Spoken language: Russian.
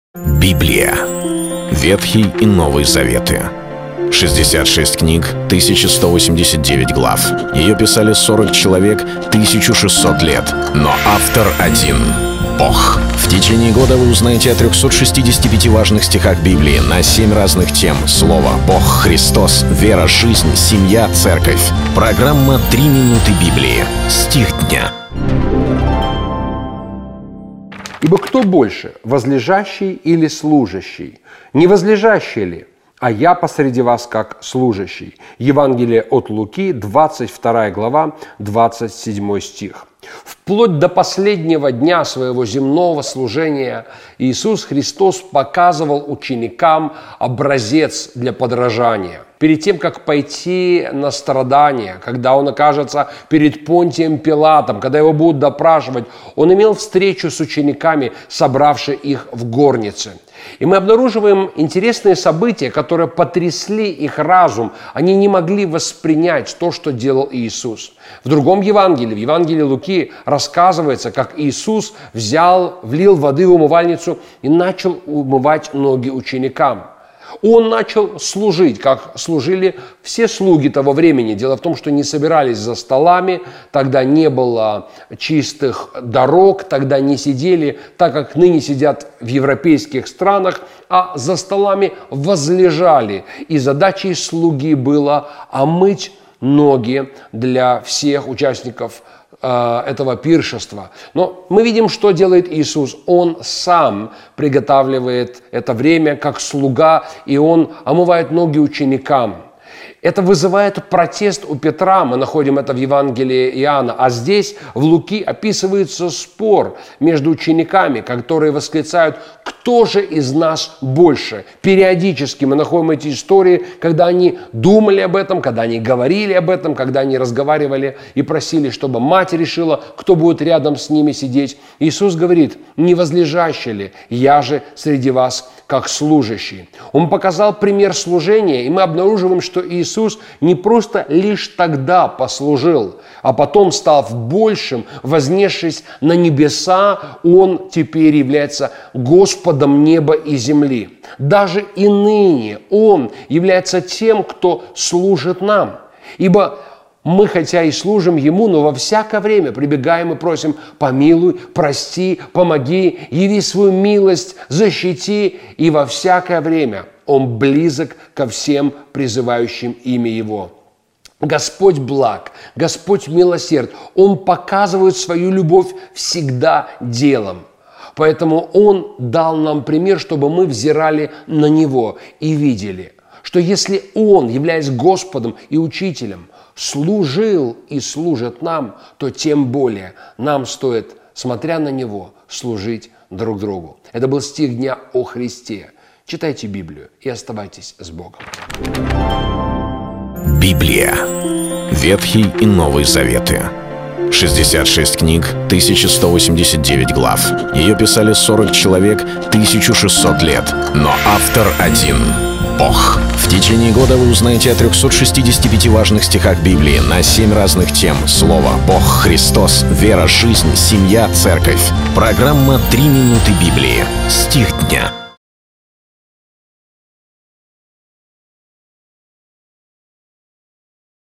Библия. Ветхий и Новый Заветы. 66 книг, 1189 глав. Ее писали 40 человек, 1600 лет. Но автор один — Бог. В течение года вы узнаете о 365 важных стихах Библии на 7 разных тем. Слово, Бог, Христос, вера, жизнь, семья, церковь. Программа «3 минуты Библии». Стих дня. Ибо кто больше, возлежащий или служащий? Не возлежащий ли? А я посреди вас как служащий. Евангелие от Луки, 22 глава, 27 стих. Вплоть до последнего дня своего земного служения Иисус Христос показывал ученикам образец для подражания. Перед тем, как пойти на страдания, когда Он окажется перед Понтием Пилатом, когда Его будут допрашивать, Он имел встречу с учениками, собравши их в горнице. И мы обнаруживаем интересные события, которые потрясли их разум. Они не могли воспринять то, что делал Иисус. В другом Евангелии, в Евангелии Луки, рассказывается, как Иисус влил воды в умывальницу и начал умывать ноги ученикам. Он начал служить, как служили все слуги того времени. Дело в том, что не собирались за столами, тогда не было чистых дорог, тогда не сидели, так как ныне сидят в европейских странах, а за столами возлежали. И задачей слуги было омыть ноги для всех участников этого пиршества. Но мы видим, что делает Иисус. Он сам приготавливает это время как слуга, и Он омывает ноги ученикам. Это вызывает протест у Петра, мы находим это в Евангелии Иоанна. А здесь в Луки описывается спор между учениками, которые восклицают: «Кто же из нас больше?» Периодически мы находим эти истории, когда они думали об этом, когда они говорили об этом, когда они разговаривали и просили, чтобы мать решила, кто будет рядом с ними сидеть. Иисус говорит: «Не возлежащий ли? Я же среди вас как служащий». Он показал пример служения, и мы обнаруживаем, что Иисус не просто лишь тогда послужил, а потом, став большим, вознесшись на небеса, Он теперь является Господом неба и земли. Даже и ныне Он является тем, кто служит нам. Ибо мы, хотя и служим Ему, но во всякое время прибегаем и просим: помилуй, прости, помоги, яви свою милость, защити. И во всякое время Он близок ко всем призывающим имя Его. Господь благ, Господь милосерд. Он показывает свою любовь всегда делом. Поэтому Он дал нам пример, чтобы мы взирали на Него и видели, что если Он, являясь Господом и Учителем, служил и служит нам, то тем более нам стоит, смотря на Него, служить друг другу. Это был стих дня о Христе. Читайте Библию и оставайтесь с Богом. Библия. Ветхий и Новый Заветы. 66 книг, 1189 глав. Ее писали 40 человек, 1600 лет. Но автор один — Бог. В течение года вы узнаете о 365 важных стихах Библии на 7 разных тем. Слово, Бог, Христос, вера, жизнь, семья, церковь. Программа «3 минуты Библии». Стих дня.